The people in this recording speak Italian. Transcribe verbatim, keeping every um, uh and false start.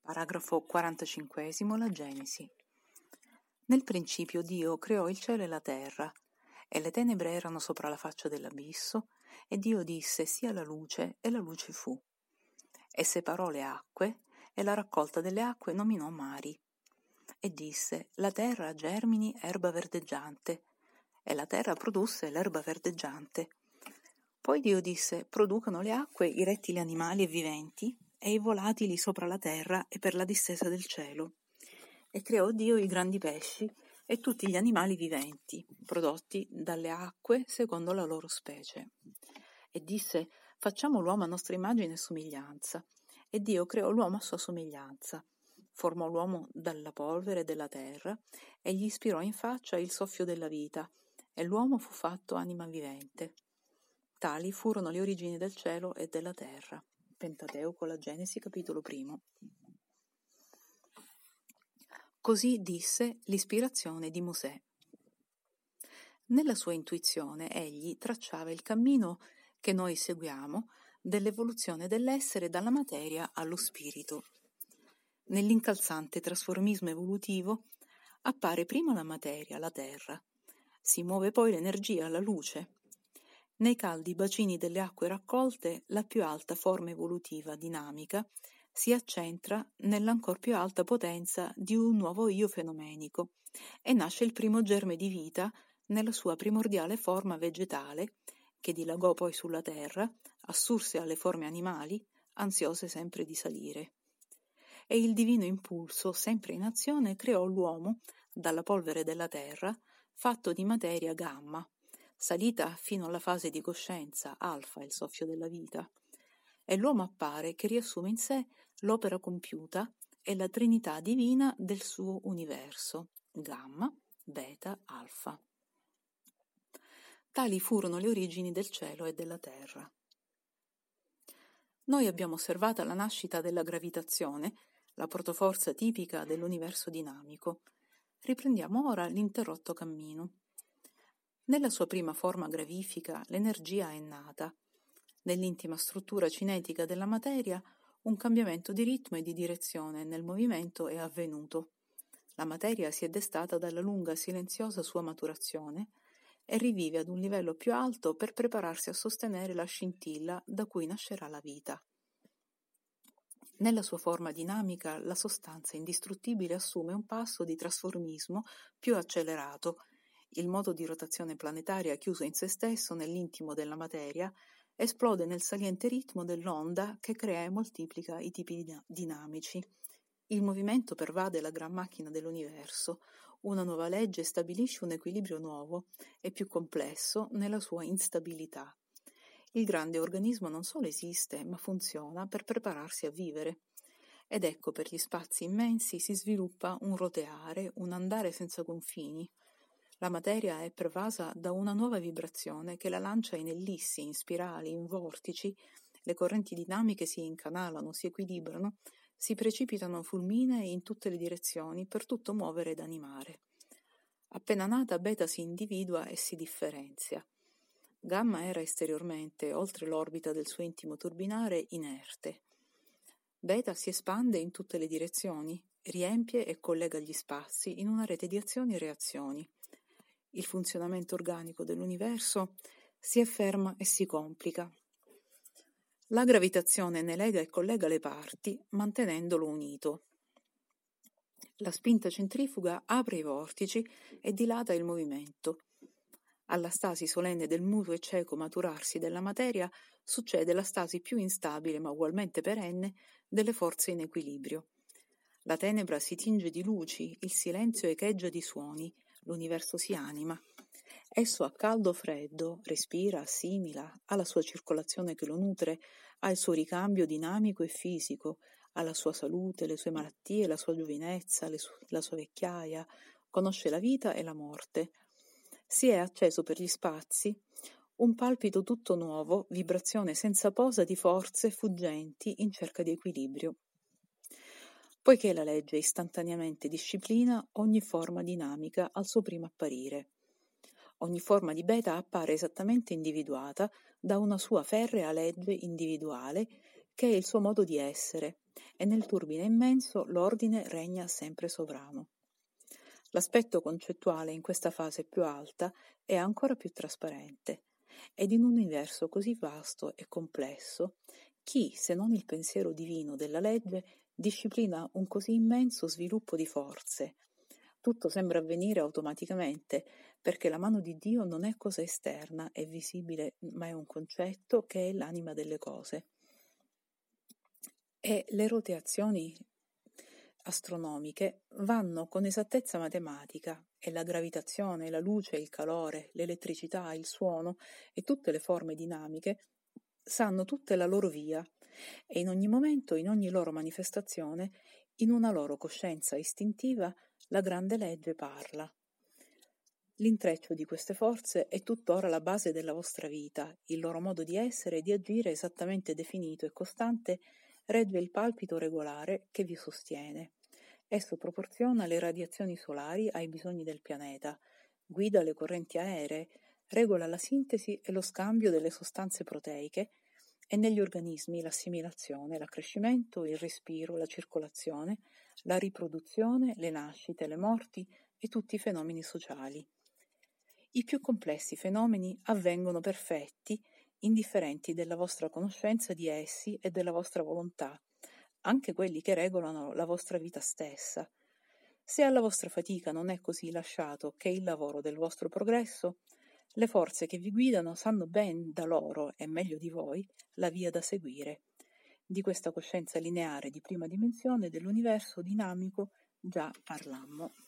Paragrafo quarantacinquesimo. La Genesi. Nel principio Dio creò il cielo e la terra, e le tenebre erano sopra la faccia dell'abisso, e Dio disse: sia la luce, e la luce fu. E separò le acque, e la raccolta delle acque nominò mari. E disse: la terra germini erba verdeggiante, e la terra produsse l'erba verdeggiante. Poi Dio disse: producano le acque i rettili animali e viventi, e i volatili sopra la terra e per la distesa del cielo. E creò Dio i grandi pesci e tutti gli animali viventi, prodotti dalle acque secondo la loro specie. E disse: facciamo l'uomo a nostra immagine e somiglianza. E Dio creò l'uomo a sua somiglianza. Formò l'uomo dalla polvere della terra e gli ispirò in faccia il soffio della vita, e l'uomo fu fatto anima vivente. Tali furono le origini del cielo e della terra. Pentateuco, la Genesi, capitolo primo. Così disse l'ispirazione di Mosè. Nella sua intuizione egli tracciava il cammino che noi seguiamo dell'evoluzione dell'essere dalla materia allo spirito. Nell'incalzante trasformismo evolutivo appare prima la materia, la terra, si muove poi l'energia, la luce. Nei caldi bacini delle acque raccolte, la più alta forma evolutiva dinamica si accentra nell'ancor più alta potenza di un nuovo io fenomenico e nasce il primo germe di vita nella sua primordiale forma vegetale, che dilagò poi sulla terra, assurse alle forme animali, ansiose sempre di salire. E il divino impulso, sempre in azione, creò l'uomo dalla polvere della terra, fatto di materia gamma, salita fino alla fase di coscienza, alfa, il soffio della vita. E l'uomo appare che riassume in sé l'opera compiuta e la trinità divina del suo universo, gamma, beta, alfa. Tali furono le origini del cielo e della terra. Noi abbiamo osservato la nascita della gravitazione, la protoforza tipica dell'universo dinamico. Riprendiamo ora l'interrotto cammino. Nella sua prima forma gravifica l'energia è nata. Nell'intima struttura cinetica della materia un cambiamento di ritmo e di direzione nel movimento è avvenuto. La materia si è destata dalla lunga silenziosa sua maturazione e rivive ad un livello più alto per prepararsi a sostenere la scintilla da cui nascerà la vita. Nella sua forma dinamica la sostanza indistruttibile assume un passo di trasformismo più accelerato. Il modo di rotazione planetaria chiuso in se stesso nell'intimo della materia esplode nel saliente ritmo dell'onda che crea e moltiplica i tipi dinamici. Il movimento pervade la gran macchina dell'universo. Una nuova legge stabilisce un equilibrio nuovo e più complesso nella sua instabilità. Il grande organismo non solo esiste, ma funziona per prepararsi a vivere. Ed ecco, per gli spazi immensi si sviluppa un roteare, un andare senza confini. La materia è pervasa da una nuova vibrazione che la lancia in ellissi, in spirali, in vortici. Le correnti dinamiche si incanalano, si equilibrano, si precipitano fulminee in tutte le direzioni per tutto muovere ed animare. Appena nata, beta si individua e si differenzia. Gamma era esteriormente, oltre l'orbita del suo intimo turbinare, inerte. Beta si espande in tutte le direzioni, riempie e collega gli spazi in una rete di azioni e reazioni. Il funzionamento organico dell'universo si afferma e si complica. La gravitazione ne lega e collega le parti, mantenendolo unito. La spinta centrifuga apre i vortici e dilata il movimento. Alla stasi solenne del mutuo e cieco maturarsi della materia succede la stasi più instabile ma ugualmente perenne delle forze in equilibrio. La tenebra si tinge di luci, il silenzio echeggia di suoni, l'universo si anima. Esso ha caldo o freddo, respira, assimila, ha la sua circolazione che lo nutre, ha il suo ricambio dinamico e fisico, ha la sua salute, le sue malattie, la sua giovinezza, le su- la sua vecchiaia, conosce la vita e la morte. Si è acceso per gli spazi un palpito tutto nuovo, vibrazione senza posa di forze fuggenti in cerca di equilibrio. Poiché la legge istantaneamente disciplina ogni forma dinamica al suo primo apparire. Ogni forma di beta appare esattamente individuata da una sua ferrea legge individuale che è il suo modo di essere e nel turbine immenso l'ordine regna sempre sovrano. L'aspetto concettuale in questa fase più alta è ancora più trasparente, ed in un universo così vasto e complesso, chi, se non il pensiero divino della legge, disciplina un così immenso sviluppo di forze? Tutto sembra avvenire automaticamente, perché la mano di Dio non è cosa esterna e visibile, ma è un concetto che è l'anima delle cose. E le rotazioni astronomiche vanno con esattezza matematica, e la gravitazione, la luce, il calore, l'elettricità, il suono e tutte le forme dinamiche sanno tutte la loro via, e in ogni momento, in ogni loro manifestazione, in una loro coscienza istintiva, la grande legge parla. L'intreccio di queste forze è tuttora la base della vostra vita, il loro modo di essere e di agire esattamente definito e costante regge il palpito regolare che vi sostiene. Esso proporziona le radiazioni solari ai bisogni del pianeta, guida le correnti aeree, regola la sintesi e lo scambio delle sostanze proteiche e negli organismi l'assimilazione, l'accrescimento, il respiro, la circolazione, la riproduzione, le nascite, le morti e tutti i fenomeni sociali. I più complessi fenomeni avvengono perfetti, indifferenti della vostra conoscenza di essi e della vostra volontà, anche quelli che regolano la vostra vita stessa. Se alla vostra fatica non è così lasciato che il lavoro del vostro progresso, le forze che vi guidano sanno ben da loro e meglio di voi la via da seguire. Di questa coscienza lineare di prima dimensione dell'universo dinamico già parlammo.